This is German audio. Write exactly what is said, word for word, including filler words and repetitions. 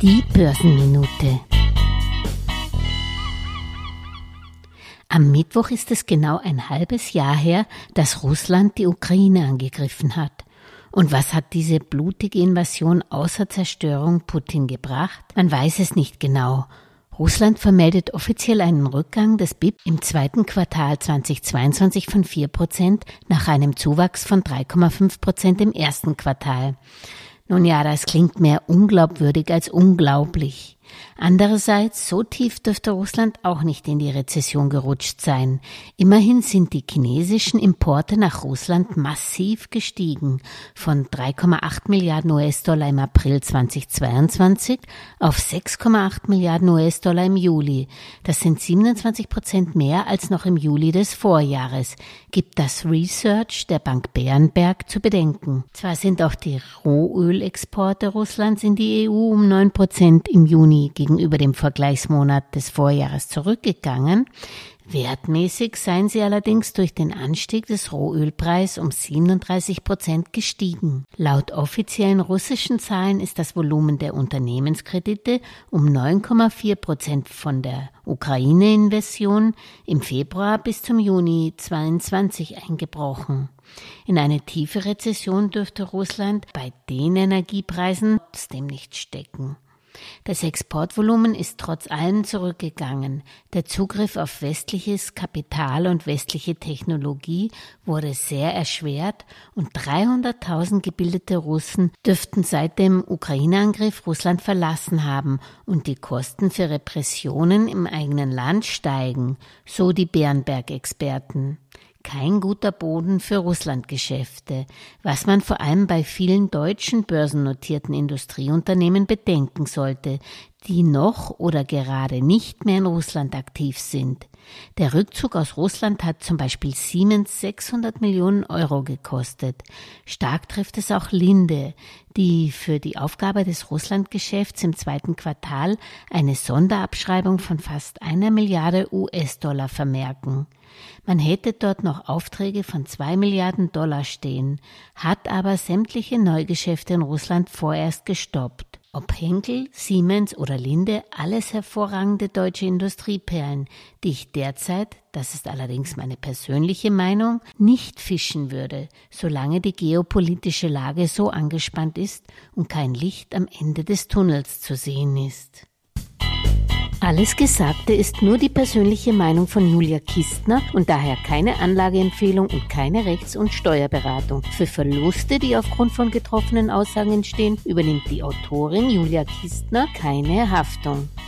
Die Börsenminute. Am Mittwoch ist es genau ein halbes Jahr her, dass Russland die Ukraine angegriffen hat. Und was hat diese blutige Invasion außer Zerstörung Putin gebracht? Man weiß es nicht genau. Russland vermeldet offiziell einen Rückgang des B I P im zweiten Quartal zweitausendzweiundzwanzig von vier Prozent nach einem Zuwachs von drei Komma fünf Prozent im ersten Quartal. Nun ja, das klingt mehr unglaubwürdig als unglaublich. Andererseits, so tief dürfte Russland auch nicht in die Rezession gerutscht sein. Immerhin sind die chinesischen Importe nach Russland massiv gestiegen, von drei Komma acht Milliarden U S-Dollar im April zweitausendzweiundzwanzig auf sechs Komma acht Milliarden U S-Dollar im Juli. Das sind siebenundzwanzig Prozent mehr als noch im Juli des Vorjahres, gibt das Research der Bank Berenberg zu bedenken. Zwar sind auch die Rohölexporte Russlands in die E U um neun Prozent im Juni gegenüber dem Vergleichsmonat des Vorjahres zurückgegangen. Wertmäßig seien sie allerdings durch den Anstieg des Rohölpreises um siebenunddreißig Prozent gestiegen. Laut offiziellen russischen Zahlen ist das Volumen der Unternehmenskredite um neun Komma vier Prozent von der Ukraine-Invasion im Februar bis zum Juni zweiundzwanzig eingebrochen. In eine tiefe Rezession dürfte Russland bei den Energiepreisen trotzdem nicht stecken. Das Exportvolumen ist trotz allem zurückgegangen. Der Zugriff auf westliches Kapital und westliche Technologie wurde sehr erschwert und dreihunderttausend gebildete Russen dürften seit dem Ukraine-Angriff Russland verlassen haben und die Kosten für Repressionen im eigenen Land steigen, so die Berenberg-Experten. Kein guter Boden für Russlandgeschäfte, was man vor allem bei vielen deutschen börsennotierten Industrieunternehmen bedenken sollte, die noch oder gerade nicht mehr in Russland aktiv sind. Der Rückzug aus Russland hat zum Beispiel Siemens sechshundert Millionen Euro gekostet. Stark trifft es auch Linde, die für die Aufgabe des Russlandgeschäfts im zweiten Quartal eine Sonderabschreibung von fast einer Milliarde U S-Dollar vermerken. Man hätte dort noch Aufträge von zwei Milliarden Dollar stehen, hat aber sämtliche Neugeschäfte in Russland vorerst gestoppt. Ob Henkel, Siemens oder Linde, alles hervorragende deutsche Industrieperlen, die ich derzeit, das ist allerdings meine persönliche Meinung, nicht fischen würde, solange die geopolitische Lage so angespannt ist und kein Licht am Ende des Tunnels zu sehen ist. Alles Gesagte ist nur die persönliche Meinung von Julia Kistner und daher keine Anlageempfehlung und keine Rechts- und Steuerberatung. Für Verluste, die aufgrund von getroffenen Aussagen entstehen, übernimmt die Autorin Julia Kistner keine Haftung.